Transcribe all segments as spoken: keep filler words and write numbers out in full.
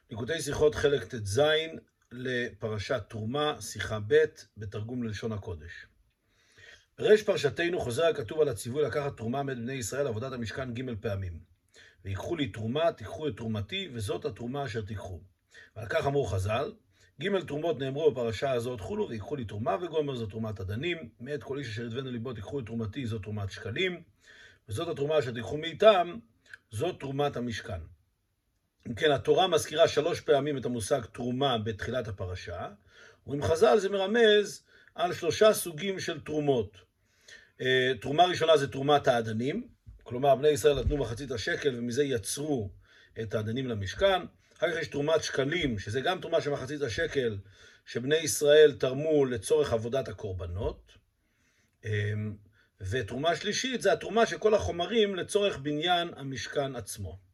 ליקוטי שיחות חלק ט"ז לפרשת תרומה, שיחה ב' בתרגום ללשון הקודש. בראש פרשתנו חוזר הכתוב על הציווי לקחת תרומה מאת בני ישראל עבודת המשכן ג' פעמים. ויקחו לי תרומה, תיקחו את תרומתי, וזאת התרומה אשר תיקחו. ועל כך אמרו חז"ל, ג' תרומות נאמרו בפרשה הזאת חולו, ויקחו לי תרומה וגומר, זאת תרומת הדנים, מאת כל איש אשר ידבנו ליבו תיקחו את תרומתי, זאת תרומת שקלים, וזאת התרומה אשר תיקחו מאיתם, זאת תרומת המשכן. אם כן, התורה מזכירה שלוש פעמים את המושג תרומה בתחילת הפרשה, ועם חז"ל זה מרמז על שלושה סוגים של תרומות. תרומה ראשונה זה תרומת האדנים, כלומר בני ישראל נתנו מחצית השקל ומזה יצרו את האדנים למשכן. אחר כך יש תרומת שקלים, שזה גם תרומה של מחצית השקל, שבני ישראל תרמו לצורך עבודת הקורבנות. ותרומה שלישית זה התרומה של כל החומרים לצורך בניין המשכן עצמו.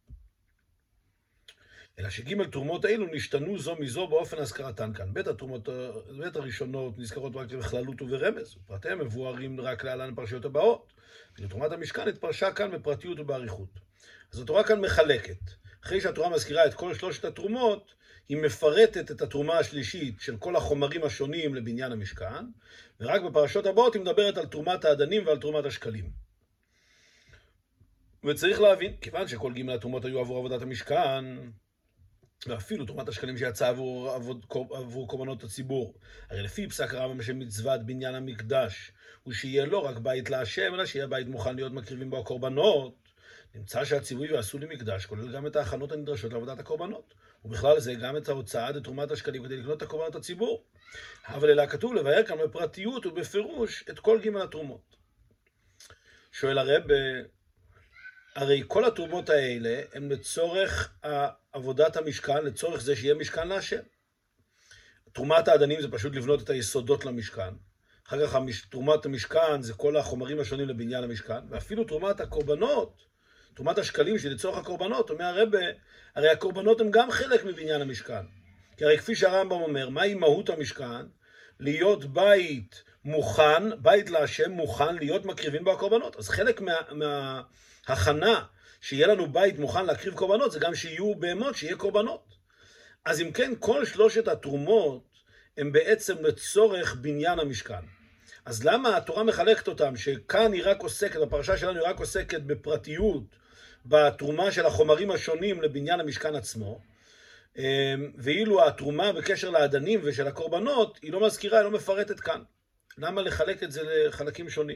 אלא שג' תרומות האלו נשתנו זו מזו באופן הזכרתן כאן. בית התרומות, בית הראשונות נזכרות רק בכללות וברמז, ופרטיהם מבוארים רק להלן הפרשיות הבאות. ותרומת המשכן התפרשה כאן בפרטיות ובאריכות. אז התורה כאן מחלקת. אחרי שהתורה מזכירה את כל שלושת התרומות, היא מפרטת את התרומה השלישית של כל החומרים השונים לבניין המשכן, ורק בפרשות הבאות היא מדברת על תרומת האדנים ועל תרומת השקלים. וצריך להבין, כיוון שכל ג' התרומות היו עבור עבודת המשכן, ואפילו תרומת השקלים שיצאה עבור, עבור, עבור קורבנות הציבור. הרי לפי פסק הרמב"ם שמצוות בניין המקדש, הוא שיהיה לא רק בית להשם, אלא שיהיה בית מוכן להיות מקריבים בו הקורבנות. נמצא שהציווי ועשו לי מקדש כולל גם את ההכנות הנדרשות לעבודת הקורבנות, ובכלל זה גם את ההוצאה לתרומת השקלים כדי לקנות את הקורבנות הציבור. אבל אלא כתוב לבאר כאן בפרטיות ובפירוש את כל ג' התרומות. שואל הרב, הרי כל התרומות האלה הן לצורך עבודת המשכן, לצורך זה שיהיה משכן להשם. תרומת האדנים זה פשוט לבנות את היסודות למשכן. אחר כך תרומת המשכן זה כל החומרים השונים לבניין המשכן, ואפילו תרומת הקורבנות, תרומת השקלים שלצורך הקורבנות, אומר הרב, הרי הקורבנות הם גם חלק מבניין המשכן. כי הרי כפי שהרמב"ם אומר, מהי מהות המשכן? להיות בית מוכן, בית להשם מוכן להיות מקריבים בו הקורבנות. אז חלק מה, מההכנה שיהיה לנו בית מוכן להקריב קורבנות, זה גם שיהיו בהמות, שיהיה קורבנות. אז אם כן, כל שלושת התרומות הם בעצם לצורך בניין המשכן. אז למה התורה מחלקת אותם, שכאן היא רק עוסקת, בפרשה שלנו היא רק עוסקת בפרטיות, בתרומה של החומרים השונים לבניין המשכן עצמו, ואילו התרומה בקשר לאדנים ושל הקורבנות, היא לא מזכירה, היא לא מפרטת כאן. למה לחלק את זה לחלקים שונים?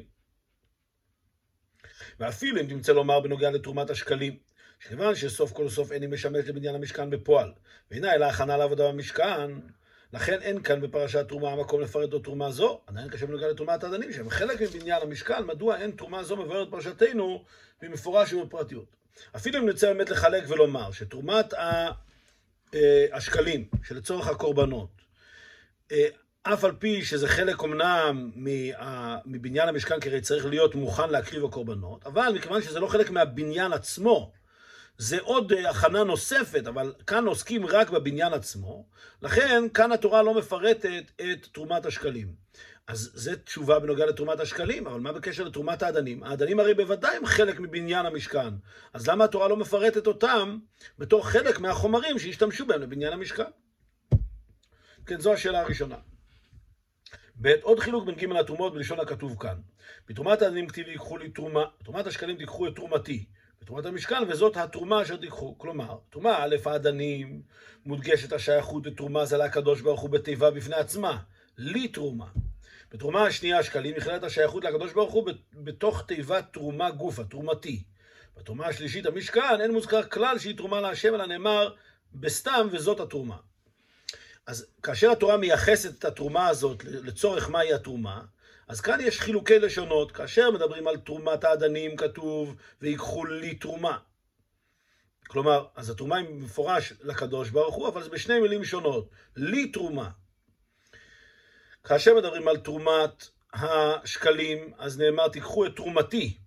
ואפילו אם תמצא לומר בנוגע לתרומת השקלים, שכיוון שסוף כל סוף איני משמש לבניין המשכן בפועל, ואינה אלא הכנה לעבודה במשכן, לכן אין כאן בפרשת תרומה המקום לפרט עוד תרומה זו, עדיין קשה בנוגע לתרומת האדנים, שהם חלק מבניין המשכן, מדוע אין תרומה זו מבארת פרשתנו במפורש ובפרטיות. אפילו אם נצא באמת לחלק ולומר שתרומת השקלים שלצורך הקורבנות, אף על פי שזה חלק אמנם מבניין המשכן, כי הרי צריך להיות מוכן להקריב הקורבנות, אבל מכיוון שזה לא חלק מהבניין עצמו, זה עוד הכנה נוספת, אבל כאן עוסקים רק בבניין עצמו, לכן כאן התורה לא מפרטת את תרומת השקלים. אז זו תשובה בנוגע לתרומת השקלים, אבל מה בקשר לתרומת האדנים? האדנים הרי בוודאי הם חלק מבניין המשכן, אז למה התורה לא מפרטת אותם בתור חלק מהחומרים שהשתמשו בהם לבניין המשכן? כן, זו השאלה הראשונה. בעת עוד חילוק בין ג' התרומות בלשון הכתוב כאן. בתרומת האדנים כתיב ייקחו לי תרומה, בתרומת השקלים תיקחו את תרומתי. בתרומת המשכן, וזאת התרומה אשר תיקחו. כלומר, תרומה א' האדנים מודגשת השייכות לתרומה זה לקדוש ברוך הוא בתיבה בפני עצמה, לי תרומה. בתרומה השנייה השקלים נכללת השייכות לקדוש ברוך הוא בתוך תיבת תרומה גופה, תרומתי. בתרומה השלישית המשכן אין מוזכר כלל שהיא תרומה להשם, אלא נאמר בסתם וזאת התרומה. אז כאשר התורה מייחסת את התרומה הזאת לצורך מהי התרומה, אז כאן יש חילוקי לשונות. כאשר מדברים על תרומת האדנים כתוב ויקחו לי תרומה. כלומר, אז התרומה היא מפורש לקדוש ברוך הוא, אבל זה בשני מילים שונות. לי תרומה. כאשר מדברים על תרומת השקלים, אז נאמר תיקחו את תרומתי.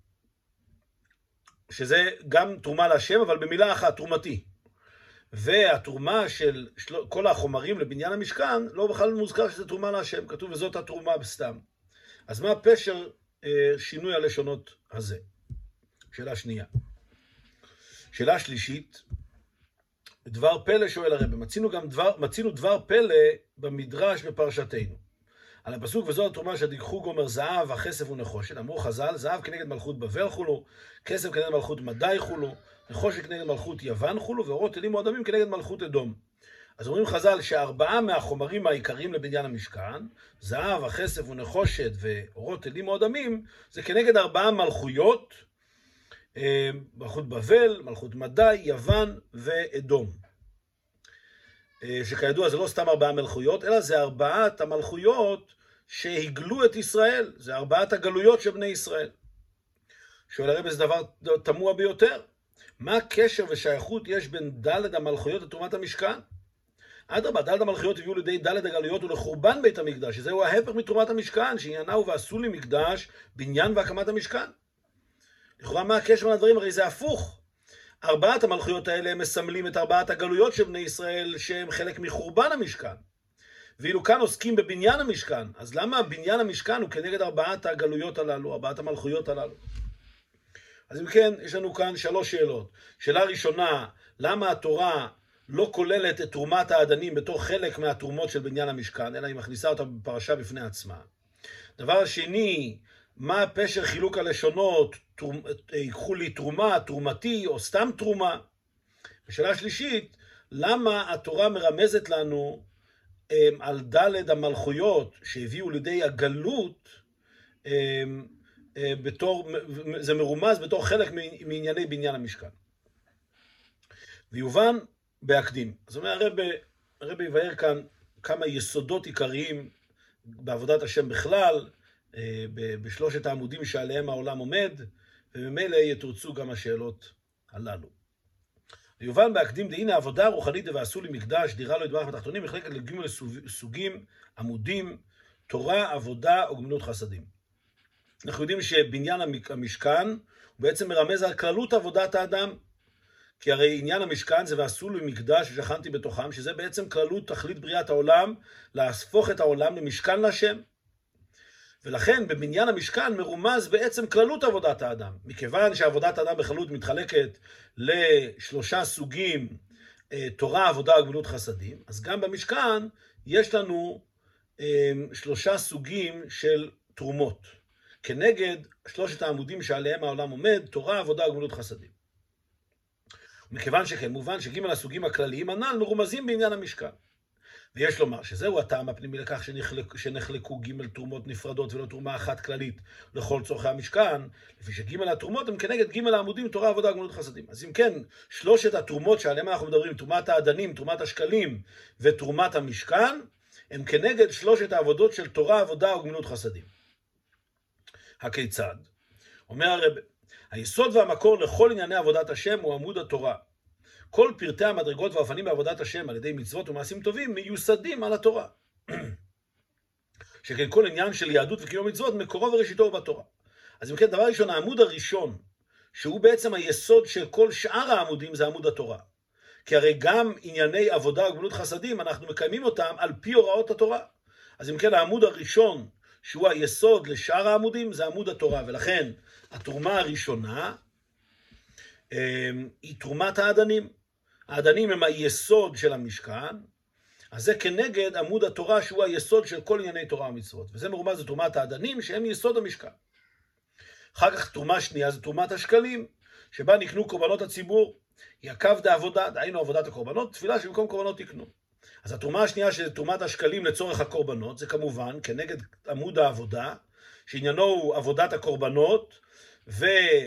שזה גם תרומה להשם, אבל במילה אחת, תרומתי. והתרומה של כל החומרים לבניין המשכן, לא בכלל מוזכר שזה תרומה להשם. כתוב וזאת התרומה בסתם. אז מה פשר אה, שינוי הלשונות הזה? שאלה שנייה. שאלה שלישית, דבר פלא שואל הרב, מצינו גם דבר, מצינו דבר פלא במדרש בפרשתנו. על הפסוק וזו התרומה שדיקחו גומר זהב, הכסף ונחושת. אמרו חז"ל, זהב כנגד מלכות בבל חולו, כסף כנגד מלכות מדי חולו, נחושת כנגד מלכות יוון חולו, ואורות אלים מועדמים כנגד מלכות אדום. אז אומרים חז"ל שארבעה מהחומרים העיקריים לבניין המשכן, זהב, הכסף ונחושת ואורות אלים מועדמים, זה כנגד ארבעה מלכויות, מלכות בבל, מלכות מדי, יוון ואדום. שכידוע זה לא סתם ארבעה מלכויות, אלא זה ארבעת המלכויות שהגלו את ישראל, זה ארבעת הגלויות של בני ישראל. שואל הרב, זה דבר תמוה ביותר. מה הקשר ושייכות יש בין ד' המלכויות לתרומת המשכן? אדרבה, ד' המלכויות הביאו לידי ד' הגלויות ולחורבן בית המקדש, שזהו ההפך מתרומת המשכן, שעניינה ועשו לי מקדש, בניין והקמת המשכן. לכאורה מה הקשר בין הדברים? הרי זה הפוך. ארבעת המלכויות האלה מסמלים את ארבעת הגלויות של בני ישראל, שהם חלק מחורבן המשכן. ואילו כאן עוסקים בבניין המשכן, אז למה בניין המשכן הוא כנגד ארבעת הגלויות הללו, ארבעת המלכויות הללו? אז אם כן, יש לנו כאן שלוש שאלות. שאלה ראשונה, למה התורה לא כוללת את תרומת האדנים בתור חלק מהתרומות של בניין המשכן, אלא היא מכניסה אותה בפרשה בפני עצמה? דבר שני, מה פשר חילוק הלשונות, ייקחו לי תרומה, תרומתי או סתם תרומה? ושאלה שלישית, למה התורה מרמזת לנו על ד' המלכויות שהביאו לידי הגלות, בתור, זה מרומז בתור חלק מענייני בניין המשכן? ויובן בהקדים. אז אומר הרב, הרב יבאר כאן כמה יסודות עיקריים בעבודת השם בכלל, בשלושת העמודים שעליהם העולם עומד, וממילא יתורצו גם השאלות הללו. ויובן בהקדים, דהנה עבודה רוחנית ועשו לי מקדש, דירה לו יתברך בתחתונים, מחלקת לג' סוגים, עמודים, תורה, עבודה וגמילות חסדים. אנחנו יודעים שבניין המשכן הוא בעצם מרמז על כללות עבודת האדם, כי הרי עניין המשכן זה ועשו לי מקדש ושכנתי בתוכם, שזה בעצם כללות תכלית בריאת העולם, להפוך את העולם למשכן להשם. ולכן בבניין המשכן מרומז בעצם כללות עבודת האדם. מכיוון שעבודת האדם בכללות מתחלקת לשלושה סוגים, תורה, עבודה וגמילות חסדים, אז גם במשכן יש לנו שלושה סוגים של תרומות, כנגד שלושת העמודים שעליהם העולם עומד, תורה, עבודה וגמילות חסדים. מכיוון שכן, מובן שג' הסוגים הכלליים הנ"ל מרומזים בעניין המשכן. ויש לומר שזהו הטעם הפנימי לכך שנחלק, שנחלקו ג' תרומות נפרדות ולא תרומה אחת כללית לכל צורכי המשכן, לפי שג' התרומות הם כנגד ג' העמודים, תורה, עבודה וגמילות חסדים. אז אם כן, שלושת התרומות שעליהם אנחנו מדברים, תרומת האדנים, תרומת השקלים ותרומת המשכן, הם כנגד שלושת העבודות של תורה, עבודה וגמילות חסדים. הכיצד? אומר הרב, היסוד והמקור לכל ענייני עבודת השם הוא עמוד התורה. כל פרטי המדרגות והאופנים בעבודת השם על ידי מצוות ומעשים טובים מיוסדים על התורה. שכן כל עניין של יהדות וקיום מצוות מקורו וראשיתו הוא בתורה. אז אם כן, דבר ראשון, העמוד הראשון, שהוא בעצם היסוד של כל שאר העמודים, זה עמוד התורה. כי הרי גם ענייני עבודה וגמילות חסדים, אנחנו מקיימים אותם על פי הוראות התורה. אז אם כן, העמוד הראשון, שהוא היסוד לשאר העמודים, זה עמוד התורה. ולכן, התרומה הראשונה היא תרומת האדנים. האדנים הם היסוד של המשכן, אז זה כנגד עמוד התורה שהוא היסוד של כל ענייני תורה ומצוות. וזה מרומז לתרומת האדנים שהם יסוד המשכן. אחר כך תרומה שנייה זה תרומת השקלים, שבה נקנו קורבנות הציבור. יקב דעבודה, דהיינו עבודת הקורבנות, תפילה שבמקום קורבנות יקנו. אז התרומה השנייה שזה תרומת השקלים לצורך הקורבנות, זה כמובן כנגד עמוד העבודה, שעניינו הוא עבודת הקורבנות, ו...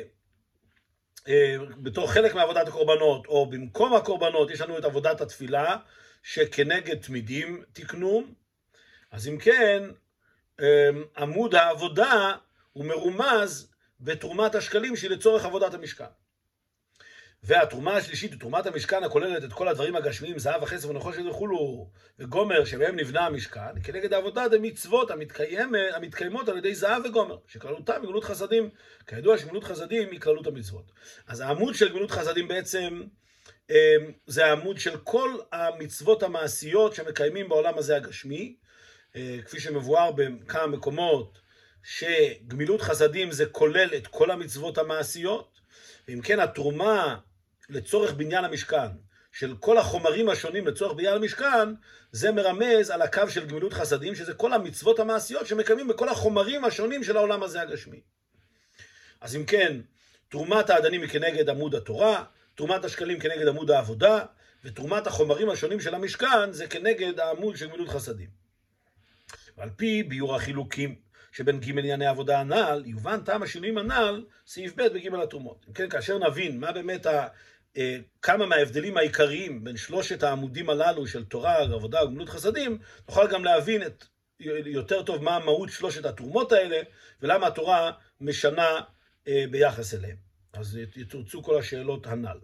בתור חלק מעבודת הקורבנות, או במקום הקורבנות, יש לנו את עבודת התפילה, שכנגד תמידים תקנו. אז אם כן, עמוד העבודה הוא מרומז בתרומת השקלים שהיא לצורך עבודת המשכן. והתרומה השלישית, תרומת המשכן הכוללת את כל הדברים הגשמיים, זהב וכסף ונחושת וכולו, וגומר שבהם נבנה המשכן, כנגד העבודה דמצוות המתקיימות על ידי זהב וגומר, שכללותם גמילות חסדים. כידוע שגמילות חסדים היא כללות המצוות. אז העמוד של גמילות חסדים בעצם זה העמוד של כל המצוות המעשיות שמקיימים בעולם הזה הגשמי, כפי שמבואר בכמה מקומות שגמילות חסדים זה כולל את כל המצוות המעשיות. ואם כן, התרומה לצורך בניין המשכן של כל החומרים השונים לצורך בנייה למשכן, זה מרמז על הקו של גמילות חסדים, שזה כל המצוות המעשיות שמקיימים בכל החומרים השונים של העולם הזה הגשמי. אז אם כן, תרומת האדנים היא כנגד עמוד התורה, תרומת השקלים כנגד עמוד העבודה, ותרומת החומרים השונים של המשכן זה כנגד העמוד של גמילות חסדים. ועל פי ביור החילוקים שבין ג' ענייני העבודה הנ"ל, יובן טעם השינויים הנ"ל, סעיף ב' בג' התרומות. אם כן, כאשר נבין מה באמת ה... כמה מההבדלים העיקריים בין שלושת העמודים הללו של תורה, עבודה וגמילות חסדים, נוכל גם להבין את, יותר טוב מה המהות שלושת התרומות האלה, ולמה התורה משנה ביחס אליהם. אז יתרצו כל השאלות הנ"ל.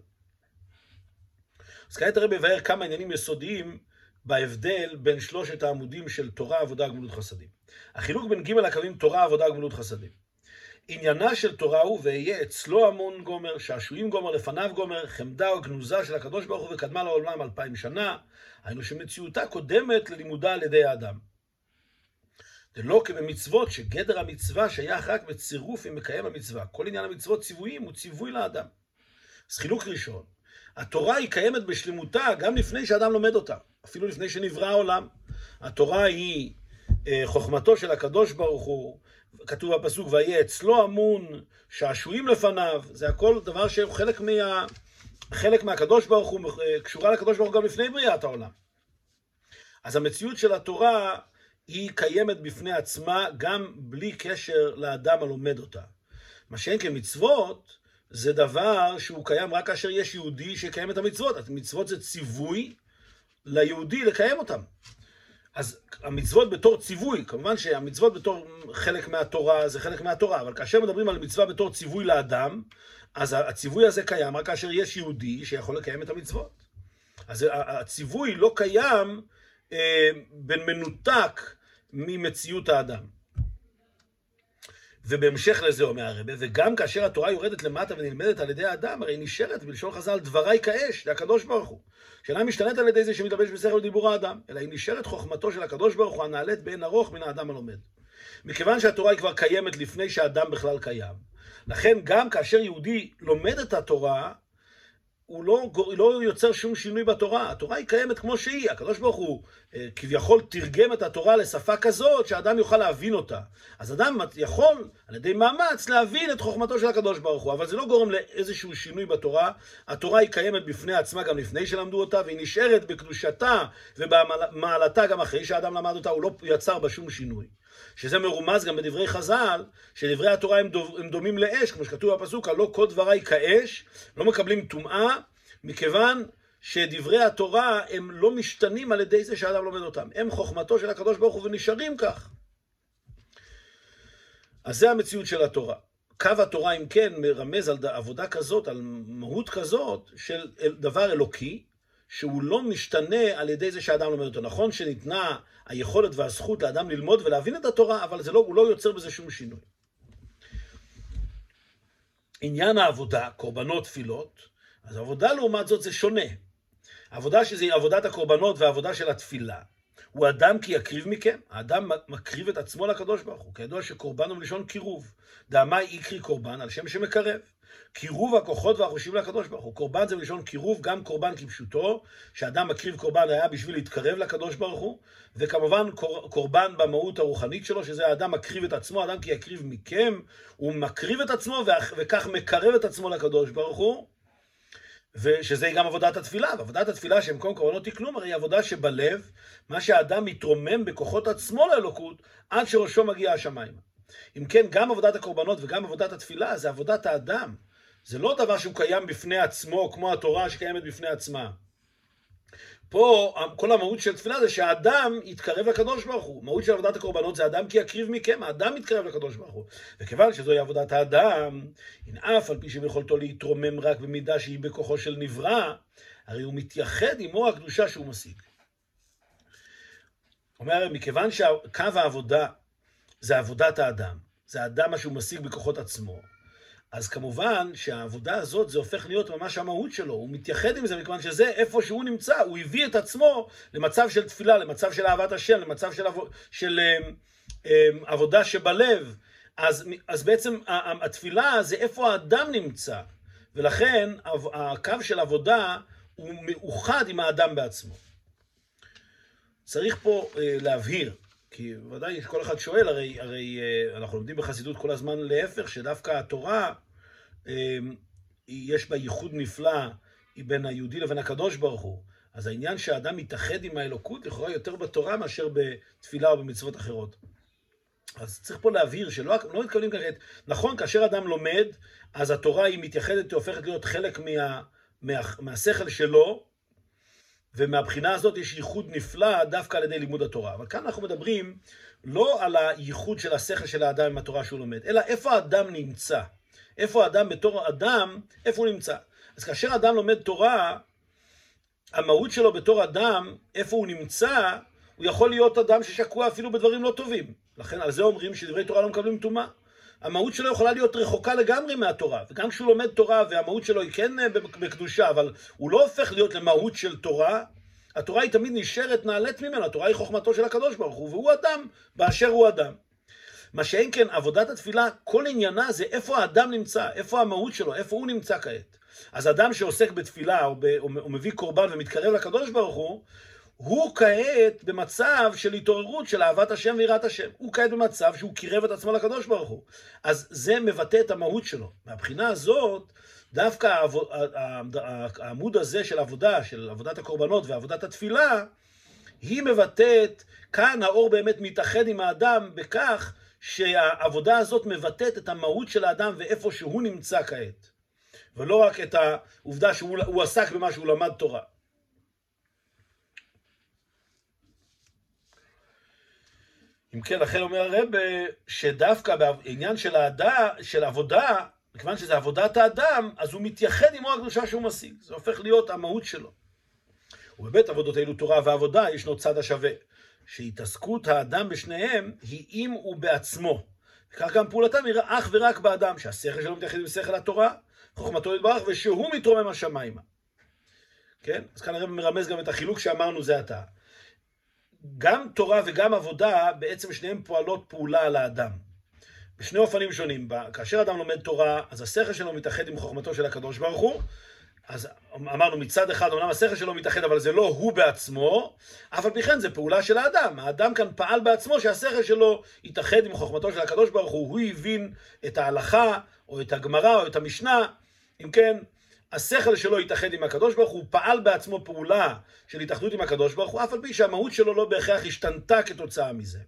אז כעת הרב יבאר כמה עניינים יסודיים בהבדל בין שלושת העמודים של תורה, עבודה וגמילות חסדים. החילוק בין ג' הקווים תורה, עבודה וגמילות חסדים. עניינה של תורה הוא ויהיה אצלו המון גומר, שעשועים גומר, לפניו גומר, חמדה או גנוזה של הקדוש ברוך הוא וקדמה לעולם אלפיים שנה, היינו שמציאותה קודמת ללימודה על ידי האדם. זה לא כבמצוות שגדר המצווה שייך רק בצירוף עם מקיים המצווה. כל עניין המצוות ציוויים הוא ציווי לאדם. אז חילוק ראשון, התורה היא קיימת בשלמותה גם לפני שאדם לומד אותה, אפילו לפני שנברא העולם. התורה היא חוכמתו של הקדוש ברוך הוא, כתוב בפסוק ויהיה אצלו המון, שעשועים לפניו, זה הכל דבר שהוא חלק מה... חלק מהקדוש ברוך הוא, קשורה לקדוש ברוך הוא גם לפני בריאת העולם. אז המציאות של התורה היא קיימת בפני עצמה גם בלי קשר לאדם הלומד אותה. מה שאין כמצוות זה דבר שהוא קיים רק כאשר יש יהודי שקיים את המצוות. המצוות זה ציווי ליהודי לקיים אותם. אז המצוות בתור ציווי, כמובן שהמצוות בתור חלק מהתורה זה חלק מהתורה, אבל כאשר מדברים על מצווה בתור ציווי לאדם, אז הציווי הזה קיים רק כאשר יש יהודי שיכול לקיים את המצוות. אז הציווי לא קיים אה, בין מנותק ממציאות האדם. ובהמשך לזה אומר הרבה, וגם כאשר התורה יורדת למטה ונלמדת על ידי האדם, הרי נשארת בלשון חז"ל דברי כאש, זה הקדוש ברוך הוא. שאינה משתנית על ידי זה שמתלבש בשכל ודיבור האדם, אלא היא נשארת חוכמתו של הקדוש ברוך הוא הנעלית באין ארוך מן האדם הלומד. מכיוון שהתורה היא כבר קיימת לפני שהאדם בכלל קיים. לכן גם כאשר יהודי לומד את התורה, הוא לא, לא יוצר שום שינוי בתורה. התורה היא קיימת כמו שהיא. הקדוש ברוך הוא כביכול תרגם את התורה לשפה כזאת שהאדם יוכל להבין אותה. אז אדם יכול על ידי מאמץ להבין את חוכמתו של הקדוש ברוך הוא, אבל זה לא גורם לאיזשהו שינוי בתורה. התורה היא קיימת בפני עצמה גם לפני שלמדו אותה, והיא נשארת בקדושתה ובמעלתה גם אחרי שהאדם למד אותה, הוא לא יצר בה שום שינוי. שזה מרומז גם בדברי חז"ל, שדברי התורה הם, דו, הם דומים לאש, כמו שכתוב בפסוק, הלא כל דברי כאש, לא מקבלים טומאה, מכיוון שדברי התורה הם לא משתנים על ידי זה שהאדם לומד אותם. הם חוכמתו של הקדוש ברוך הוא ונשארים כך. אז זה המציאות של התורה. קו התורה אם כן מרמז על עבודה כזאת, על מהות כזאת של דבר אלוקי, שהוא לא משתנה על ידי זה שהאדם לומד אותו. נכון שניתנה היכולת והזכות לאדם ללמוד ולהבין את התורה, אבל זה לא, הוא לא יוצר בזה שום שינוי. עניין העבודה, קורבנות, תפילות, אז העבודה לעומת זאת זה שונה. העבודה שזה עבודת הקורבנות והעבודה של התפילה, הוא אדם כי יקריב מכם. האדם מקריב את עצמו לקדוש ברוך הוא. כידוע שקורבן הוא מלשון קירוב. דאמי יקרי קורבן על שם שמקרב. קירוב הכוחות והחושים לקדוש ברוך הוא. קורבן זה מלשון קירוב, גם קורבן כפשוטו, שאדם מקריב קורבן היה בשביל להתקרב לקדוש ברוך הוא, וכמובן קורבן במהות הרוחנית שלו, שזה האדם מקריב את עצמו, האדם כי יקריב מכם, הוא מקריב את עצמו וכך מקרב את עצמו לקדוש ברוך הוא, ושזה גם עבודת התפילה. ועבודת התפילה שמקום קורבנות היא כלום, הרי היא עבודה שבלב, מה שהאדם מתרומם בכוחות עצמו לאלוקות, עד שראשו מגיע השמיים. אם כן, גם עבודת הקורבנות וגם עבודת התפילה, זה עבודת האדם. זה לא דבר שהוא קיים בפני עצמו, כמו התורה שקיימת בפני עצמה. פה, כל המהות של תפילה זה שהאדם יתקרב לקדוש ברוך הוא. מהות של עבודת הקורבנות זה האדם כי יקריב מכם, האדם יתקרב לקדוש ברוך הוא. וכיוון שזוהי עבודת האדם, הנה אף על פי שביכולתו להתרומם רק במידה שהיא בכוחו של נברא, הרי הוא מתייחד עמו הקדושה שהוא משיג. אומר, מכיוון שקו העבודה זה עבודת האדם, זה האדם מה שהוא משיג בכוחות עצמו, אז כמובן שהעבודה הזאת זה הופך להיות ממש המהות שלו, הוא מתייחד עם זה מכיוון שזה איפה שהוא נמצא, הוא הביא את עצמו למצב של תפילה, למצב של אהבת השם, למצב של, עבוד, של um, um, עבודה שבלב, אז, אז בעצם התפילה זה איפה האדם נמצא, ולכן הקו של עבודה הוא מאוחד עם האדם בעצמו. צריך פה אה, להבהיר, כי ודאי כל אחד שואל, הרי, הרי אה, אנחנו לומדים בחסידות כל הזמן להפך, שדווקא התורה, אה, יש בה ייחוד נפלא בין היהודי לבין הקדוש ברוך הוא. אז העניין שהאדם מתאחד עם האלוקות לכאורה יותר בתורה מאשר בתפילה או במצוות אחרות. אז צריך פה להבהיר שלא לא מתכוונים כעת, נכון, כאשר אדם לומד, אז התורה היא מתייחדת, היא הופכת להיות חלק מה, מה, מהשכל שלו, ומהבחינה הזאת יש ייחוד נפלא דווקא על ידי לימוד התורה. אבל כאן אנחנו מדברים לא על הייחוד של השכל של האדם עם התורה שהוא לומד, אלא איפה האדם נמצא. איפה האדם בתור אדם, איפה הוא נמצא. אז כאשר אדם לומד תורה, המהות שלו בתור אדם, איפה הוא נמצא, הוא יכול להיות אדם ששקוע אפילו בדברים לא טובים. לכן על זה אומרים שדברי תורה לא מקבלים טומאה. המהות שלו יכולה להיות רחוקה לגמרי מהתורה. וגם כשהוא לומד תורה והמהות שלו היא כן בקדושה, אבל הוא לא הופך להיות למהות של תורה, התורה היא תמיד נשארת נעלית ממנו, התורה היא חוכמתו של הקדוש ברוך הוא, והוא אדם באשר הוא אדם. מה שאין כן, עבודת התפילה, כל עניינה זה איפה האדם נמצא, איפה המהות שלו, איפה הוא נמצא כעת. אז אדם שעוסק בתפילה או, ב, או, או מביא קורבן ומתקרב לקדוש ברוך הוא, הוא כעת במצב של התעוררות של אהבת השם ויראת השם. הוא כעת במצב שהוא קירב את עצמו לקדוש ברוך הוא. אז זה מבטא את המהות שלו. מהבחינה הזאת, דווקא העמוד הזה של עבודה, של עבודת הקורבנות ועבודת התפילה, היא מבטאת, כאן האור באמת מתאחד עם האדם בכך שהעבודה הזאת מבטאת את המהות של האדם ואיפה שהוא נמצא כעת. ולא רק את העובדה שהוא עסק במה שהוא למד תורה. אם כן, לכן אומר הרב שדווקא בעניין של, העדה, של עבודה, מכיוון שזה עבודת האדם, אז הוא מתייחד עם הקדושה שהוא משיג. זה הופך להיות המהות שלו. ובבית עבודות אלו תורה ועבודה ישנו צד השווה, שהתעסקות האדם בשניהם היא אם הוא בעצמו. וכך גם פעולתם היא אך ורק באדם, שהשכל שלו מתייחד עם שכל התורה, חוכמתו יתברך, ושהוא מתרומם השמיימה. כן? אז כאן הרב מרמז גם את החילוק שאמרנו זה עתה. גם תורה וגם עבודה, בעצם שניהם פועלות פעולה על האדם. בשני אופנים שונים. כאשר אדם לומד תורה, אז השכל שלו מתאחד עם חוכמתו של הקדוש ברוך הוא. אז אמרנו מצד אחד, אומנם השכל שלו מתאחד, אבל זה לא הוא בעצמו, אבל בכן זה פעולה של האדם. האדם כאן פעל בעצמו שהשכל שלו יתאחד עם חוכמתו של הקדוש ברוך הוא. הוא הבין את ההלכה, או את הגמרא, או את המשנה. אם כן, השכל שלו יתאחד עם הקדוש ברוך הוא, הוא פעל בעצמו פעולה של התאחדות עם הקדוש ברוך הוא, אף על פי שהמהות שלו לא בהכרח השתנתה כתוצאה מזה.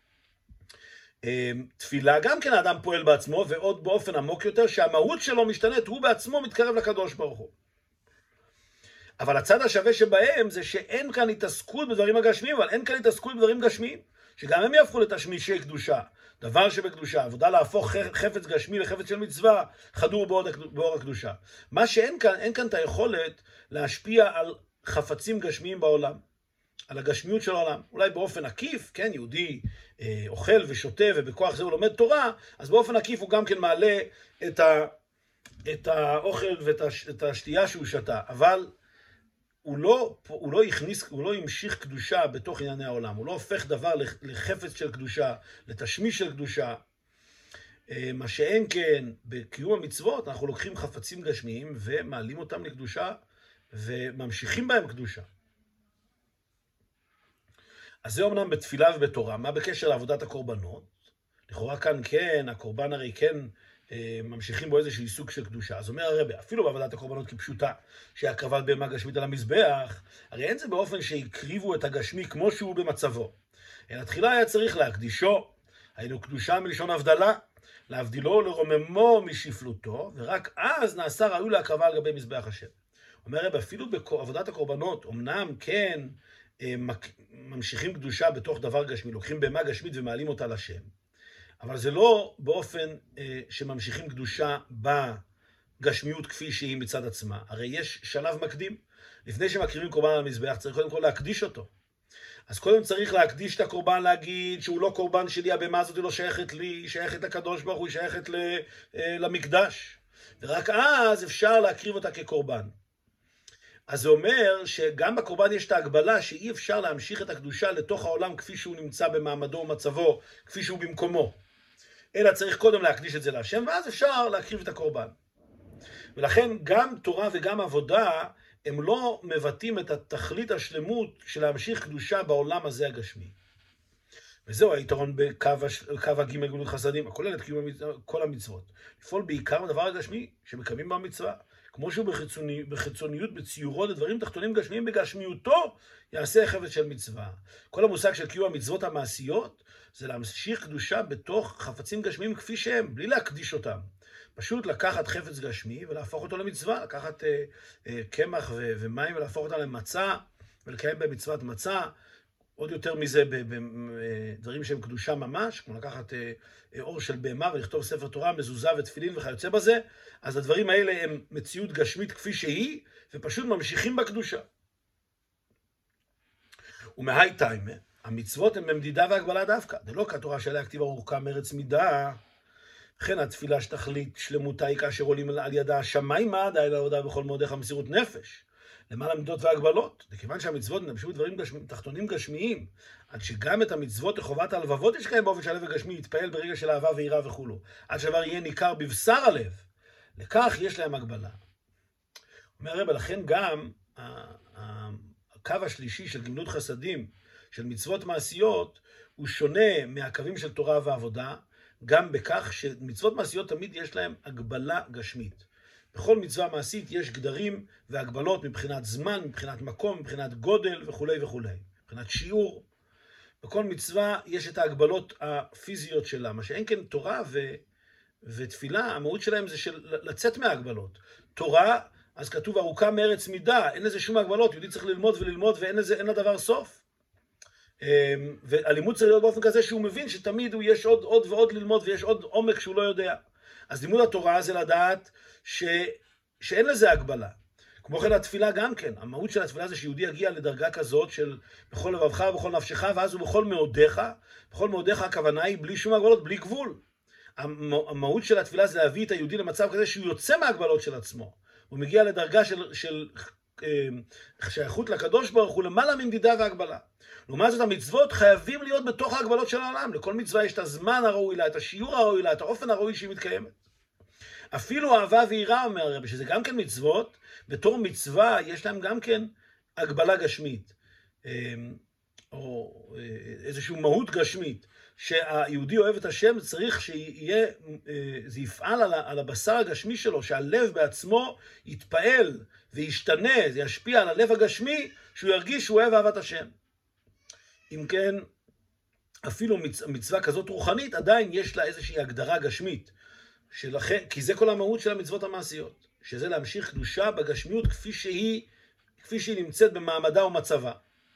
תפילה גם כן האדם פועל בעצמו, ועוד באופן עמוק יותר, שהמהות שלו משתנית, הוא בעצמו מתקרב לקדוש ברוך הוא. אבל הצד השווה שבהם זה שאין כאן התעסקות בדברים הגשמיים, אבל אין כאן התעסקות בדברים גשמיים, שגם הם יהפכו לתשמישי קדושה. דבר שבקדושה, עבודה להפוך חפץ גשמי לחפץ של מצווה, חדור באור הקדושה. מה שאין כאן, אין כאן את היכולת להשפיע על חפצים גשמיים בעולם, על הגשמיות של העולם. אולי באופן עקיף, כן, יהודי אה, אוכל ושותה ובכוח זה הוא לומד תורה, אז באופן עקיף הוא גם כן מעלה את, ה, את האוכל ואת הש, את השתייה שהוא שתה, אבל הוא לא, הוא לא הכניס, הוא לא המשיך קדושה בתוך ענייני העולם, הוא לא הופך דבר לחפץ של קדושה, לתשמיש של קדושה. מה שאין כן, בקיום המצוות, אנחנו לוקחים חפצים גשמיים ומעלים אותם לקדושה וממשיכים בהם קדושה. אז זה אומנם בתפילה ובתורה. מה בקשר לעבודת הקורבנות? לכאורה כאן כן, הקורבן הרי כן ממשיכים בו איזשהו עיסוק של קדושה. אז אומר הרבי, אפילו בעבודת הקורבנות כפשוטה, שהקרבת בהמה גשמית על המזבח, הרי אין זה באופן שהקריבו את הגשמי כמו שהוא במצבו. אלא תחילה היה צריך להקדישו, היינו קדושה מלשון הבדלה, להבדילו ולרוממו משפלותו, ורק אז נעשה ראוי להקרבה על גבי מזבח השם. אומר הרבי, אפילו בעבודת הקורבנות, אמנם כן ממשיכים קדושה בתוך דבר גשמי, לוקחים בהמה גשמית ומעלים אותה לשם, אבל זה לא באופן אה, שממשיכים קדושה בגשמיות כפי שהיא מצד עצמה. הרי יש שלב מקדים. לפני שמקריבים קורבן על המזבח, צריך קודם כל להקדיש אותו. אז קודם צריך להקדיש את הקורבן, להגיד שהוא לא קורבן שלי, הבהמה הזאת היא לא שייכת לי, היא שייכת לקדוש ברוך הוא, היא שייכת ל, אה, למקדש. ורק אז אפשר להקריב אותה כקורבן. אז זה אומר שגם בקורבן יש את ההגבלה שאי אפשר להמשיך את הקדושה לתוך העולם כפי שהוא נמצא במעמדו ומצבו, כפי שהוא במקומו. אלא צריך קודם להקדיש את זה להשם, ואז אפשר להקריב את הקורבן. ולכן גם תורה וגם עבודה הם לא מבטאים את התכלית השלמות של להמשיך קדושה בעולם הזה הגשמי. וזהו היתרון בקו הג' גמילות חסדים, הכולל את קיום כל המצוות. לפעול בעיקר בדבר הגשמי שמקיימים במצווה. כמו שהוא בחיצוני, בחיצוניות, בציורו לדברים תחתונים גשמיים, בגשמיותו יעשה חפץ של מצווה. כל המושג של קיום המצוות המעשיות זה להמשיך קדושה בתוך חפצים גשמיים כפי שהם, בלי להקדיש אותם. פשוט לקחת חפץ גשמי ולהפוך אותו למצווה, לקחת אה, אה, קמח ו- ומים ולהפוך אותם למצה, ולקיים במצוות מצה. עוד יותר מזה בדברים שהם קדושה ממש, כמו לקחת אור של בהמה ולכתוב ספר תורה, מזוזה ותפילין וכיוצא בזה, אז הדברים האלה הם מציאות גשמית כפי שהיא, ופשוט ממשיכים בקדושה. ומהי טיימה, המצוות הן במדידה והגבלה דווקא, זה לא כתורה שעליה כתיב ארוכה מרץ מידה, וכן התפילה שתכלית שלמותה היא כאשר עולים על ידה השמיימה, די לעבודה בכל מאודיך מסירות נפש. למעלה מידות והגבלות, וכיוון שהמצוות נמשכו דברים גשמי, תחתונים גשמיים, עד שגם את המצוות לחובת הלבבות יש קיים באופן שהלב הגשמי יתפעל ברגע של אהבה ויראה וכולו, עד שהדבר יהיה ניכר בבשר הלב, לכך יש להם הגבלה. אומר הרב, לכן גם הקו השלישי של גמילות חסדים, של מצוות מעשיות, הוא שונה מהקווים של תורה ועבודה, גם בכך שמצוות מעשיות תמיד יש להם הגבלה גשמית. בכל מצווה מעשית יש גדרים והגבלות מבחינת זמן, מבחינת מקום, מבחינת גודל וכו' וכו'. מבחינת שיעור. בכל מצווה יש את ההגבלות הפיזיות שלה, מה שאין כן תורה ו... ותפילה, המהות שלהם זה של לצאת מההגבלות. תורה, אז כתוב ארוכה מארץ מידה, אין לזה שום הגבלות, יהודי צריך ללמוד וללמוד ואין לזה, אין לדבר סוף. והלימוד צריך להיות באופן כזה שהוא מבין שתמיד הוא יש עוד, עוד ועוד ללמוד ויש עוד עומק שהוא לא יודע. אז לימוד התורה זה לדעת ש... שאין לזה הגבלה. כמו כן התפילה גם כן. המהות של התפילה זה שיהודי יגיע לדרגה כזאת של בכל לבבך ובכל נפשך, ואז הוא בכל מאודיך. בכל מאודיך הכוונה היא בלי שום הגבלות, בלי גבול. המהות של התפילה זה להביא את היהודי למצב כזה שהוא יוצא מהגבלות של עצמו. הוא מגיע לדרגה של, של שייכות לקדוש ברוך הוא למעלה ממדידה והגבלה. לעומת זאת המצוות חייבים להיות בתוך ההגבלות של העולם. לכל מצווה יש את הזמן הראוי לה, את השיעור הראוי לה, את האופן הראוי שהיא מתקיימת. אפילו אהבה ויראה, אומר הרב, שזה גם כן מצוות, בתור מצווה יש להם גם כן הגבלה גשמית, או איזושהי מהות גשמית, שהיהודי אוהב את השם, צריך שיהיה, זה יפעל על הבשר הגשמי שלו, שהלב בעצמו יתפעל וישתנה, זה ישפיע על הלב הגשמי, שהוא ירגיש שהוא אוהב אהבת השם. אם כן, אפילו מצווה כזאת רוחנית, עדיין יש לה איזושהי הגדרה גשמית, שלכן, כי זה כל המהות של המצוות המעשיות, שזה להמשיך קדושה בגשמיות כפי שהיא, כפי שהיא נמצאת במעמדה ומצבה.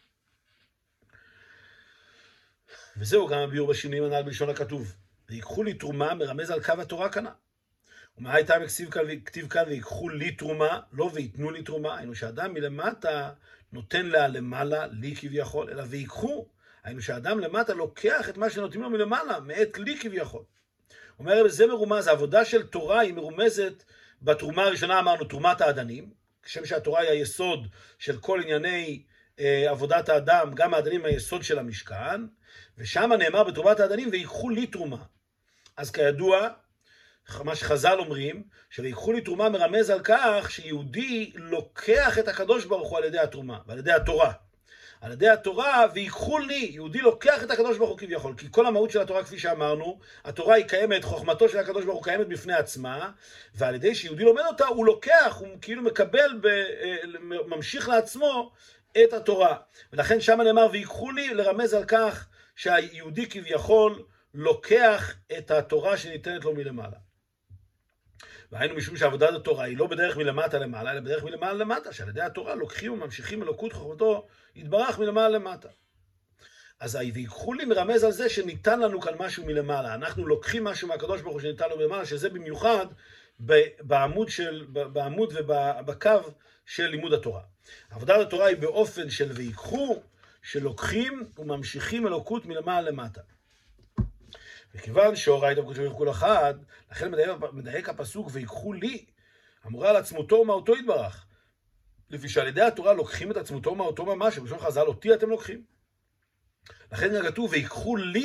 וזהו גם הביאור בשינויים הנ"ל בלשון הכתוב. ויקחו לי תרומה מרמז על קו התורה כנה. ומה הייתה מכתיב כאן, כתיב כאן ויקחו לי תרומה, לא ויתנו לי תרומה, היינו שאדם מלמטה נותן לה למעלה, לי כביכול, אלא ויקחו, היינו שאדם למטה לוקח את מה שנותנים לו מלמעלה, מעת לי כביכול. אומר, זה מרומז, העבודה של תורה היא מרומזת, בתרומה הראשונה אמרנו תרומת האדנים, כשם שהתורה היא היסוד של כל ענייני אה, עבודת האדם, גם האדנים היסוד של המשכן, ושם נאמר בתרומת האדנים, ויקחו לי תרומה. אז כידוע, מה שחז"ל אומרים, שויקחו לי תרומה מרמז על כך שיהודי לוקח את הקדוש ברוך הוא על ידי התרומה, ועל ידי התורה. על ידי התורה, ויקחו לי, יהודי לוקח את הקדוש ברוך הוא כביכול, כי כל המהות של התורה, כפי שאמרנו, התורה היא קיימת, חוכמתו של הקדוש ברוך הוא קיימת בפני עצמה, ועל ידי שיהודי לומד אותה, הוא לוקח, הוא כאילו מקבל, ב, ממשיך לעצמו את התורה. ולכן שם נאמר, ויקחו לי לרמז על כך שהיהודי כביכול לוקח את התורה שניתנת לו מלמעלה. והיינו משום שעבודת התורה היא לא בדרך מלמטה למעלה, אלא בדרך מלמעלה למטה, שעל ידי התורה לוקחים וממשיכים אלוקות חוכמתו, יתברך מלמעלה למטה. אז ויקחו לי מרמז על זה שניתן לנו כאן משהו מלמעלה. אנחנו לוקחים משהו מהקדוש ברוך הוא שניתן לנו מלמעלה, שזה במיוחד בעמוד, של, בעמוד ובקו של לימוד התורה. עבודת התורה היא באופן של ויקחו, שלוקחים וממשיכים אלוקות מלמעלה למטה. וכיוון שהוראית בקודש ברוך הוא אחד, לכן מדייק הפסוק ויקחו לי, אמורה על עצמותו ומהותו יתברך. לפי שעל ידי התורה לוקחים את עצמותו ומהותו ממש, ובשביל חז"ל אותי אתם לוקחים. לכן כתוב ויקחו לי,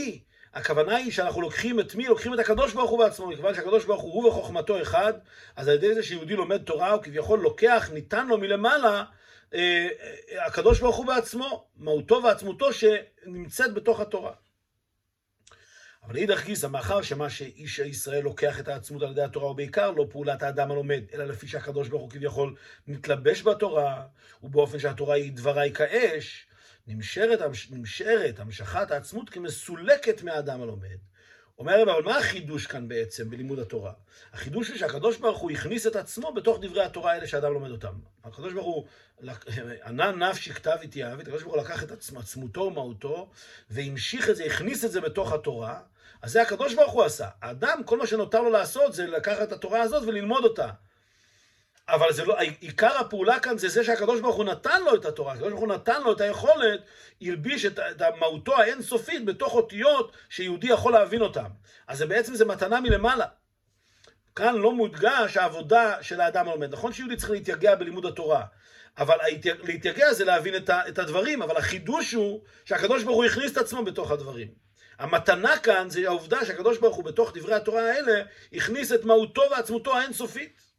הכוונה היא שאנחנו לוקחים את מי? לוקחים את הקדוש ברוך הוא בעצמו, מכיוון שהקדוש ברוך הוא הוא וחוכמתו אחד, אז על ידי זה שיהודי לומד תורה, הוא כביכול לוקח, ניתן לו מלמעלה, אה, אה, הקדוש ברוך הוא בעצמו, מהותו ועצמותו שנמצאת בתוך התורה. אבל לאידך גיסא, מאחר שמה שאיש ישראל לוקח את העצמות על ידי התורה, הוא בעיקר לא פעולת האדם הלומד, אלא לפי שהקדוש ברוך הוא כביכול מתלבש בתורה, ובאופן שהתורה היא דברי כאש, נמשרת, נמשרת המשכת העצמות כמסולקת מהאדם הלומד. אומר, אבל מה החידוש כאן בעצם בלימוד התורה? החידוש הוא שהקדוש ברוך הוא הכניס את עצמו בתוך דברי התורה האלה שהאדם לומד אותם. הקדוש ברוך הוא, ענה נפשי כתב איתי אהבי, הקדוש ברוך הוא לקח את עצמותו ומהותו, והמשיך את זה, הכניס את זה בתוך התורה, אז זה הקדוש ברוך הוא עשה. האדם, כל מה שנותר לו לעשות זה לקחת את התורה הזאת וללמוד אותה. אבל זה לא, עיקר הפעולה כאן זה זה שהקדוש ברוך הוא נתן לו את התורה, הקדוש ברוך הוא נתן לו את היכולת, ילביש את, את מהותו האינסופית בתוך אותיות שיהודי יכול להבין אותם. אז זה בעצם זה מתנה מלמעלה. כאן לא מודגש העבודה של האדם הלומד. נכון שיהודי צריך להתייגע בלימוד התורה, אבל להתייגע זה להבין את, ה, את הדברים, אבל החידוש הוא שהקדוש ברוך הוא הכניס את עצמו בתוך הדברים. המתנה כאן זה העובדה שהקדוש ברוך הוא בתוך דברי התורה האלה הכניס את מהותו ועצמותו האינסופית.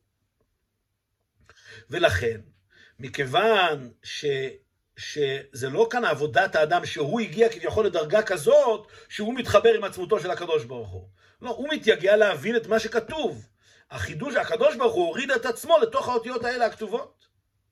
ולכן, מכיוון ש, שזה לא כאן עבודת האדם שהוא הגיע כביכול לדרגה כזאת, שהוא מתחבר עם עצמותו של הקדוש ברוך הוא. לא, הוא מתייגע להבין את מה שכתוב. החידוש, הקדוש ברוך הוא הוריד את עצמו לתוך האותיות האלה הכתובות.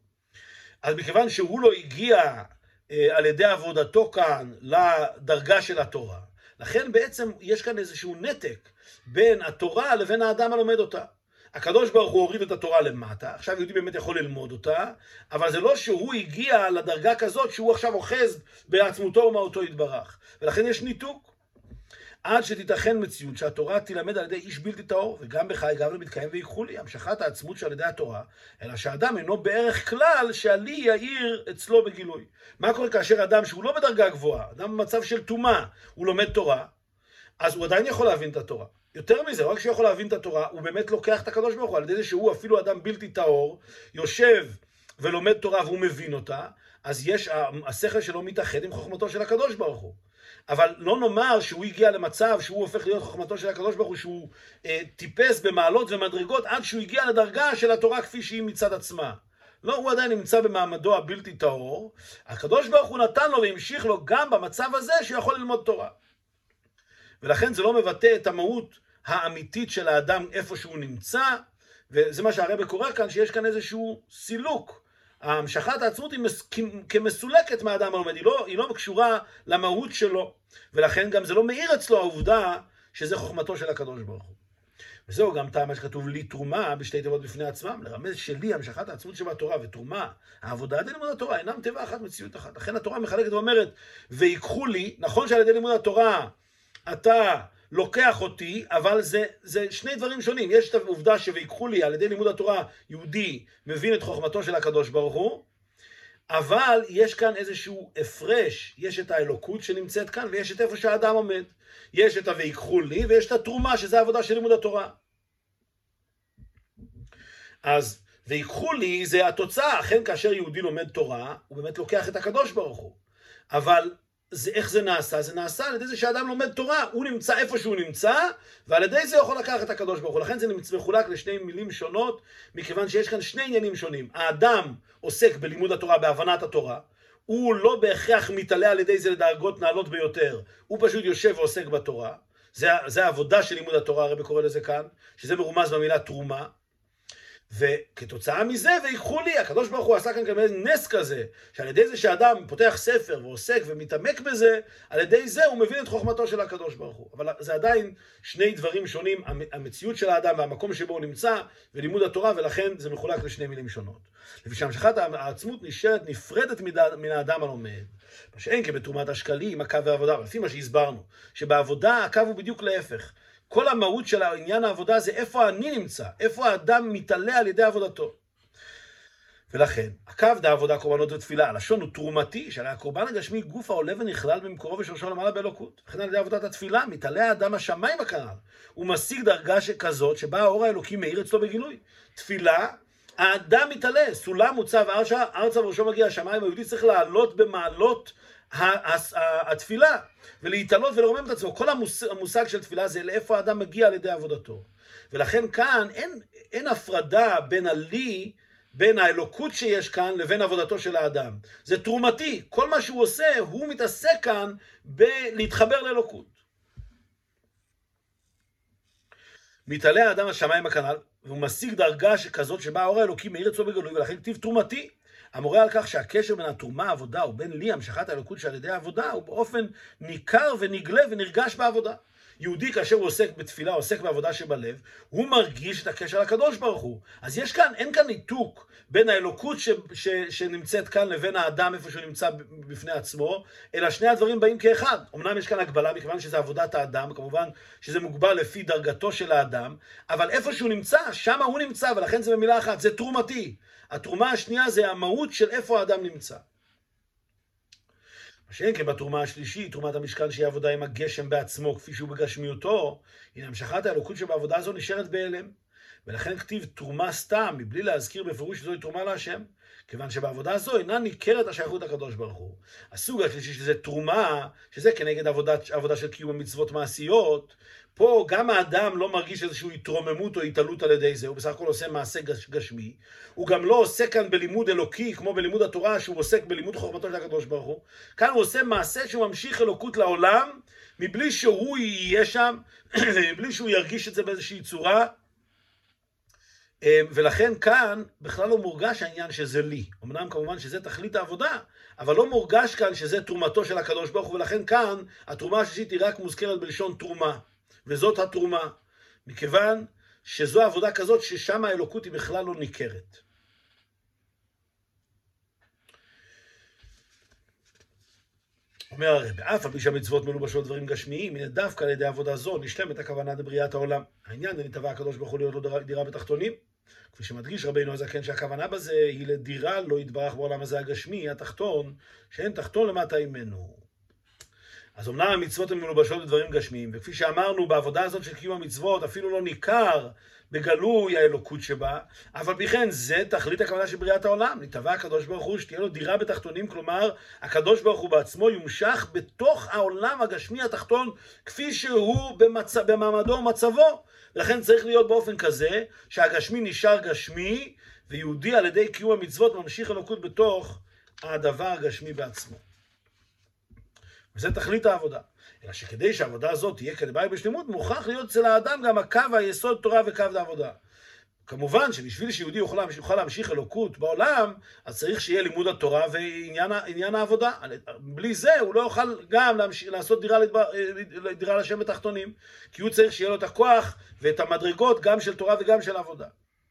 אז מכיוון שהוא לא הגיע אה, על ידי עבודתו כאן לדרגה של התורה, לכן בעצם יש כאן איזשהו נתק בין התורה לבין האדם הלומד אותה. הקדוש ברוך הוא הוריד את התורה למטה, עכשיו יהודי באמת יכול ללמוד אותה, אבל זה לא שהוא הגיע לדרגה כזאת שהוא עכשיו אוחז בעצמותו ומהותו יתברך. ולכן יש ניתוק. עד שתיתכן מציאות שהתורה תלמד על ידי איש בלתי טהור, וגם בחי גם לא מתקיים ויקחו לי, המשכת העצמות שעל ידי התורה, אלא שהאדם אינו בערך כלל שעלי יאיר אצלו בגילוי. מה קורה כאשר אדם שהוא לא בדרגה גבוהה, אדם במצב של טומאה, הוא לומד תורה, אז הוא עדיין יכול להבין את התורה. יותר מזה, רק שהוא יכול להבין את התורה, הוא באמת לוקח את הקדוש ברוך הוא, על ידי זה שהוא אפילו אדם בלתי טהור, יושב ולומד תורה והוא מבין אותה, אז יש, השכל שלו מתאחד עם חוכמתו של הקדוש ברוך הוא. אבל לא נאמר שהוא הגיע למצב שהוא הופך להיות חוכמתו של הקדוש ברוך הוא, שהוא אה, טיפס במעלות ומדרגות עד שהוא הגיע לדרגה של התורה כפי שהיא מצד עצמה. לא, הוא עדיין נמצא במעמדו הבלתי טהור, הקדוש ברוך הוא נתן לו והמשיך לו גם במצב הזה שהוא יכול ללמוד תורה. ולכן זה לא מבטא את המהות האמיתית של האדם איפה שהוא נמצא, וזה מה שהרבא קורא כאן, שיש כאן איזשהו סילוק. המשכת העצמות היא כמסולקת מהאדם הלומד, היא לא, היא לא קשורה למהות שלו, ולכן גם זה לא מאיר אצלו העובדה שזה חוכמתו של הקדוש ברוך הוא. וזהו גם טעם מה שכתוב לי תרומה בשתי תיבות בפני עצמם, לרמז שלי המשכת העצמות שבתורה ותרומה, העבודה עד לימוד התורה אינם טבע אחת מציאות אחת. לכן התורה מחלקת ואומרת, ויקחו לי, נכון שעל ידי לימוד התורה אתה לוקח אותי, אבל זה, זה שני דברים שונים. יש את העובדה שויקחו לי, על ידי לימוד התורה יהודי מבין את חוכמתו של הקדוש ברוך הוא, אבל יש כאן איזשהו הפרש, יש את האלוקות שנמצאת כאן, ויש את איפה שהאדם עומד. יש את הויקחו לי, ויש את התרומה, שזה העבודה של לימוד התורה. אז ויקחו לי זה התוצאה, אכן כאשר יהודי לומד תורה, הוא באמת לוקח את הקדוש ברוך הוא. אבל זה, איך זה נעשה? זה נעשה על ידי זה שאדם לומד תורה, הוא נמצא איפה שהוא נמצא, ועל ידי זה יכול לקחת את הקדוש ברוך הוא. לכן זה מחולק לשני מילים שונות, מכיוון שיש כאן שני עניינים שונים. האדם עוסק בלימוד התורה, בהבנת התורה, הוא לא בהכרח מתעלה על ידי זה לדרגות נעלות ביותר, הוא פשוט יושב ועוסק בתורה, זה, זה העבודה של לימוד התורה, הרב קורא לזה כאן, שזה מרומז במילה תרומה, וכתוצאה מזה, ויקחו לי, הקדוש ברוך הוא עשה כאן גם נס כזה, שעל ידי זה שאדם פותח ספר ועוסק ומתעמק בזה, על ידי זה הוא מבין את חוכמתו של הקדוש ברוך הוא. אבל זה עדיין שני דברים שונים, המציאות של האדם והמקום שבו הוא נמצא, ולימוד התורה, ולכן זה מחולק לשני מילים שונות. לפי שהמשכת העצמות נשארת נפרדת מן האדם הלומד. מה שאין כבתרומת השקלים, הקו והעבודה, לפי מה שהסברנו, שבעבודה הקו הוא בדיוק להפך. כל המהות של העניין העבודה זה איפה אני נמצא, איפה האדם מתעלה על ידי עבודתו. ולכן, הקו דה עבודה, קורבנות ותפילה, הלשון הוא תרומתי, שהרי הקורבן הגשמי גוף העולה ונכלל במקורו ושורשו למעלה באלוקות. וכן על ידי עבודת התפילה, מתעלה האדם השמיים הכנ"ל. הוא משיג דרגה כזאת שבה האור האלוקי מאיר אצלו בגילוי. תפילה האדם מתעלה, סולם מוצב ארצה, ארצה וראשו מגיע השמיים, היהודי צריך לעלות במעלות התפילה, ולהתעלות ולרומם את עצמו. כל המושג של תפילה זה לאיפה האדם מגיע על ידי עבודתו. ולכן כאן אין, אין הפרדה בין הלי, בין האלוקות שיש כאן לבין עבודתו של האדם. זה תרומתי. כל מה שהוא עושה, הוא מתעסק כאן בלהתחבר לאלוקות. מתעלה האדם השמיים הכנ"ל, והוא משיג דרגה שכזאת שבה האור האלוקי מאיר אצלו בגלוי, ולכן כתיב תרומתי, המורה על כך שהקשר בין התרומה, העבודה, ובין לי, המשכת האלוקות שעל ידי העבודה, הוא באופן ניכר ונגלה ונרגש בעבודה. יהודי כאשר הוא עוסק בתפילה, עוסק בעבודה שבלב, הוא מרגיש את הקשר לקדוש ברוך הוא. אז יש כאן, אין כאן ניתוק בין האלוקות ש, ש, שנמצאת כאן לבין האדם איפה שהוא נמצא בפני עצמו, אלא שני הדברים באים כאחד. אמנם יש כאן הגבלה מכיוון שזה עבודת האדם, כמובן שזה מוגבל לפי דרגתו של האדם, אבל איפה שהוא נמצא, שם הוא נמצא, ולכן זה במילה אחת, זה תרומתי. התרומה השנייה זה המהות של איפה האדם נמצא. מה שאין כן בתרומה השלישית, תרומת המשכן שהיא עבודה עם הגשם בעצמו, כפי שהוא בגשמיותו, הנה המשכת האלוקות שבעבודה הזו נשארת בהלם. ולכן כתיב תרומה סתם, מבלי להזכיר בפירוש שזוהי תרומה להשם, כיוון שבעבודה הזו אינה ניכרת השייכות הקדוש ברוך הוא. הסוג השלישי שזה תרומה, שזה כנגד עבודה, עבודה של קיום המצוות מעשיות, פה גם האדם לא מרגיש איזושהי התרוממות או התעלות על ידי זה, הוא בסך הכל עושה מעשה גשמי, הוא גם לא עושה כאן בלימוד אלוקי כמו בלימוד התורה שהוא עוסק בלימוד חוכמתו של הקדוש ברוך הוא, כאן הוא עושה מעשה שהוא ממשיך אלוקות לעולם, מבלי שהוא יהיה שם, מבלי שהוא ירגיש את זה באיזושהי צורה, ולכן כאן בכלל לא מורגש העניין שזה לי. אמנם כמובן שזה תכלית העבודה, אבל לא מורגש כאן שזה תרומתו של הקדוש ברוך הוא, ולכן כאן התרומה השלישית היא רק מוזכרת בלשון תרומה, וזאת התרומה, מכיוון שזו עבודה כזאת ששם האלוקות היא בכלל לא ניכרת. אומר הרי, באף על פי שהמצוות מלובשות דברים גשמיים, הנה דווקא על ידי עבודה זו נשלמת הכוונה לבריאת העולם. העניין נתבע הקדוש ברוך הוא להיות לו דירה בתחתונים. כפי שמדגיש רבינו הזקן שהכוונה בזה היא לדירה לא יתברך בעולם הזה הגשמי, התחתון, שאין תחתון למטה ממנו. אז אמנם המצוות הן מלובשות בדברים גשמיים, וכפי שאמרנו בעבודה הזאת של קיום המצוות, אפילו לא ניכר בגלוי האלוקות שבה, אבל בכן זה תכלית הכוונה של בריאת העולם. נתבע הקדוש ברוך הוא שתהיה לו דירה בתחתונים, כלומר הקדוש ברוך הוא בעצמו יומשך בתוך העולם הגשמי התחתון, כפי שהוא במצ... במעמדו ומצבו. ולכן צריך להיות באופן כזה שהגשמי נשאר גשמי, ויהודי על ידי קיום המצוות ממשיך אלוקות בתוך הדבר הגשמי בעצמו. וזה תכלית העבודה. אלא שכדי שהעבודה הזאת תהיה כדבעי בשלמות, מוכרח להיות אצל האדם גם הקו היסוד תורה וקו העבודה. כמובן שבשביל שיהודי יוכל, יוכל להמשיך אלוקות בעולם, אז צריך שיהיה לימוד התורה ועניין העבודה. בלי זה הוא לא יוכל גם להמשיך, לעשות דירה, לדבר, דירה לשם בתחתונים, כי הוא צריך שיהיה לו את הכוח ואת המדרגות גם של תורה וגם של עבודה.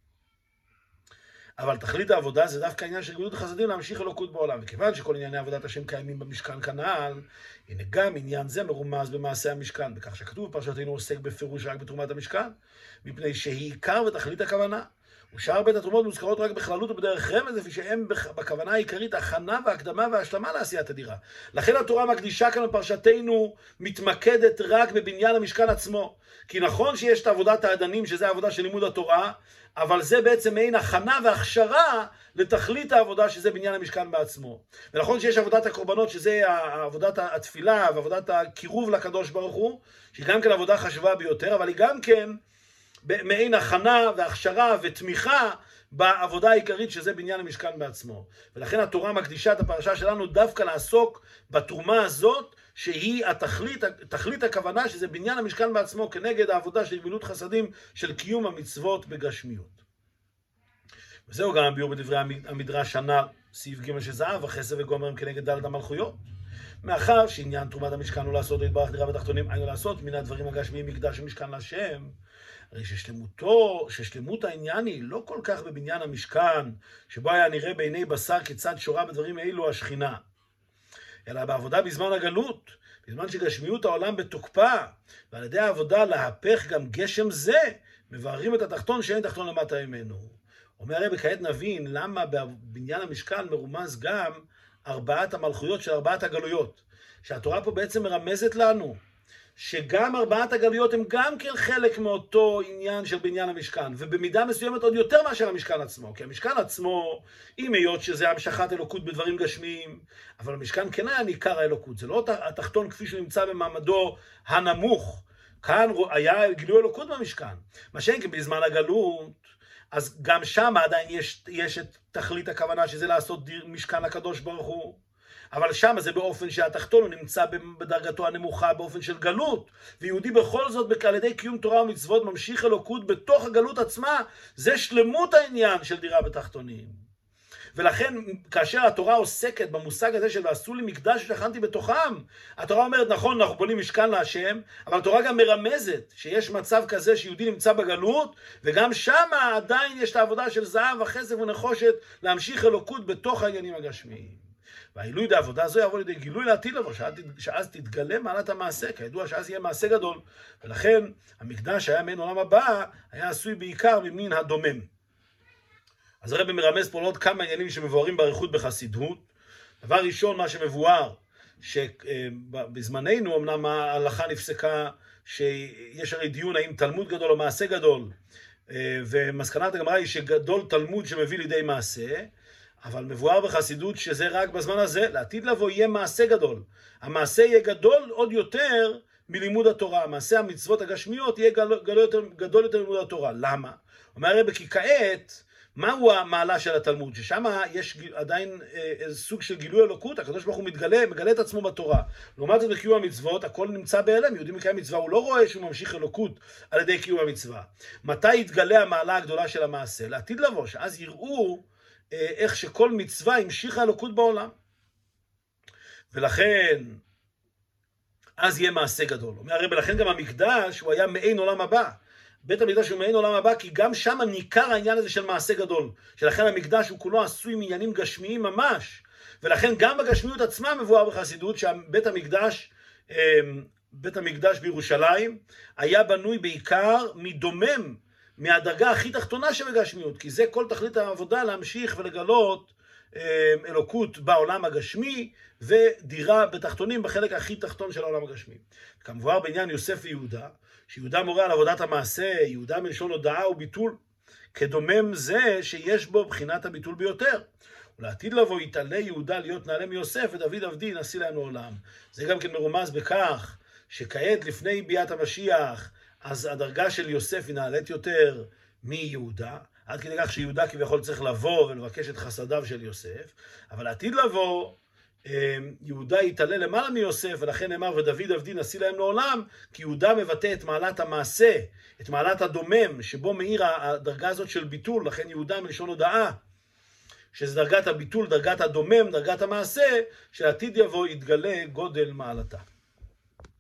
אבל תכלית העבודה זה דווקא העניין של גמילות החסדים להמשיך אלוקות בעולם. וכיוון שכל ענייני עבודת השם קיימים במשכן כנ"ל, הנה גם עניין זה מרומז במעשה המשכן, בכך שכתוב בפרשתנו עוסק בפירוש רק בתרומת המשכן, מפני שהיא עיקר ותכלית הכוונה. ושאר בית התרומות מוזכרות רק בכללות ובדרך רמז, לפי שהם בכוונה העיקרית הכנה והקדמה והשלמה לעשיית הדירה. לכן התורה מקדישה כאן בפרשתנו מתמקדת רק בבניין המשכן עצמו. כי נכון שיש את עבודת האדנים, שזה העבודה של לימוד התורה, אבל זה בעצם מעין הכנה והכשרה לתכלית העבודה, שזה בניין המשכן בעצמו. ונכון שיש עבודת הקורבנות, שזה עבודת התפילה ועבודת הקירוב לקדוש ברוך הוא, שהיא גם כן עבודה חשובה ביותר, אבל היא גם כן מעין הכנה והכשרה ותמיכה בעבודה העיקרית, שזה בניין המשכן בעצמו. ולכן התורה מקדישה את הפרשה שלנו דווקא לעסוק בתרומה הזאת, שהיא התכלית, תכלית הכוונה, שזה בניין המשכן בעצמו כנגד העבודה של גמילות חסדים של קיום המצוות בגשמיות. וזהו גם הביאור בדברי המדרש הנ"ל, סעיף ג' שזהב, החסד וגומר הם כנגד ד' המלכויות. מאחר שעניין תרומת המשכן הוא לעשות להתברך דירה בתחתונים, היינו לעשות מן הדברים הגשמיים מקדש המשכן להשם. הרי ששלמותו, ששלמות העניין היא לא כל כך בבניין המשכן, שבו היה נראה בעיני בשר כיצד שורה בדברים האלו השכינה, אלא בעבודה בזמן הגלות, בזמן שגשמיות העולם בתוקפה, ועל ידי העבודה להפך גם גשם זה, מבארים את התחתון שאין תחתון למטה ממנו. אומר הרב, כעת נבין למה בבניין המשכן מרומז גם ארבעת המלכויות של ארבעת הגלויות, שהתורה פה בעצם מרמזת לנו, שגם ארבעת הגלויות הם גם כן חלק מאותו עניין של בניין המשכן, ובמידה מסוימת עוד יותר מאשר המשכן עצמו, כי המשכן עצמו, אם היות שזה המשכת אלוקות בדברים גשמיים, אבל המשכן כן היה ניכר האלוקות, זה לא התחתון כפי שהוא נמצא במעמדו הנמוך, כאן היה גילוי אלוקות במשכן, מה שאין כי בזמן הגלות, אז גם שם עדיין יש, יש את תכלית הכוונה שזה לעשות דיר משכן הקדוש ברוך הוא, אבל שם זה באופן שהתחתון הוא נמצא בדרגתו הנמוכה, באופן של גלות, ויהודי בכל זאת על ידי קיום תורה ומצוות ממשיך אלוקות בתוך הגלות עצמה, זה שלמות העניין של דירה בתחתונים. ולכן כאשר התורה עוסקת במושג הזה של ועשו לי מקדש ששכנתי בתוכם, התורה אומרת נכון אנחנו בונים משכן להשם, אבל התורה גם מרמזת שיש מצב כזה שיהודי נמצא בגלות, וגם שם עדיין יש את העבודה של זהב וחסף ונחושת להמשיך אלוקות בתוך העניינים הגשמיים. והעילוי בעבודה הזו יבוא לידי גילוי לעתיד לבוא, שאז תתגלה מעלת המעשה, כידוע שאז יהיה מעשה גדול, ולכן המקדש שהיה מעין עולם הבא היה עשוי בעיקר ממין הדומם. אז הרב מרמז פה עוד כמה עניינים שמבוארים באריכות בחסידות. דבר ראשון, מה שמבואר, שבזמננו אמנם ההלכה נפסקה שיש הרי דיון האם תלמוד גדול או מעשה גדול, ומסקנת הגמרא היא שגדול תלמוד שמביא לידי מעשה, אבל מבואר בחסידות שזה רק בזמן הזה, לעתיד לבוא יהיה מעשה גדול. המעשה יהיה גדול עוד יותר מלימוד התורה. המעשה המצוות הגשמיות יהיה גדול יותר, גדול יותר מלימוד התורה. למה? אומר הרב כי כעת, מהו המעלה של התלמוד? ששם יש עדיין איזה סוג של גילוי אלוקות, הקדוש ברוך הוא מתגלה, מגלה את עצמו בתורה. לעומת זאת בקיום המצוות, הכל נמצא בהלם, יהודי מקיים מצווה, הוא לא רואה שהוא ממשיך אלוקות על ידי קיום המצווה. מתי יתגלה המעלה הגדולה של המעשה? לעתיד לבוא, שאז יראו איך שכל מצווה המשיכה אלוקות בעולם. ולכן, אז יהיה מעשה גדול. אומר הרב, לכן גם המקדש הוא היה מעין עולם הבא. בית המקדש הוא מעין עולם הבא, כי גם שם ניכר העניין הזה של מעשה גדול. שלכן המקדש הוא כולו עשוי מעניינים גשמיים ממש. ולכן גם בגשמיות עצמה מבואר בחסידות שבית המקדש, בית המקדש בירושלים, היה בנוי בעיקר מדומם, מהדרגה הכי תחתונה שבגשמיות, כי זה כל תכלית העבודה להמשיך ולגלות אלוקות בעולם הגשמי, ודירה בתחתונים בחלק הכי תחתון של העולם הגשמי. כמובן בעניין יוסף ויהודה, שיהודה מורה על עבודת המעשה, יהודה מלשון הודעה וביטול, כדומם זה שיש בו בחינת הביטול ביותר. ולעתיד לבוא יתעלה יהודה להיות נעלה מיוסף, ודוד עבדי נשיא להם לעולם. זה גם כן מרומז בכך, שכעת לפני ביאת המשיח, אז הדרגה של יוסף היא נעלית יותר מיהודה, עד כדי כך שיהודה כביכול צריך לבוא ולבקש את חסדיו של יוסף, אבל עתיד לבוא, יהודה יתעלה למעלה מיוסף, ולכן נאמר ודוד עבדי נשיא להם לעולם, כי יהודה מבטא את מעלת המעשה, את מעלת הדומם, שבו מאיר הדרגה הזאת של ביטול, לכן יהודה מלשון הודעה, שזה דרגת הביטול, דרגת הדומם, דרגת המעשה, שעתיד יבוא יתגלה גודל מעלתה.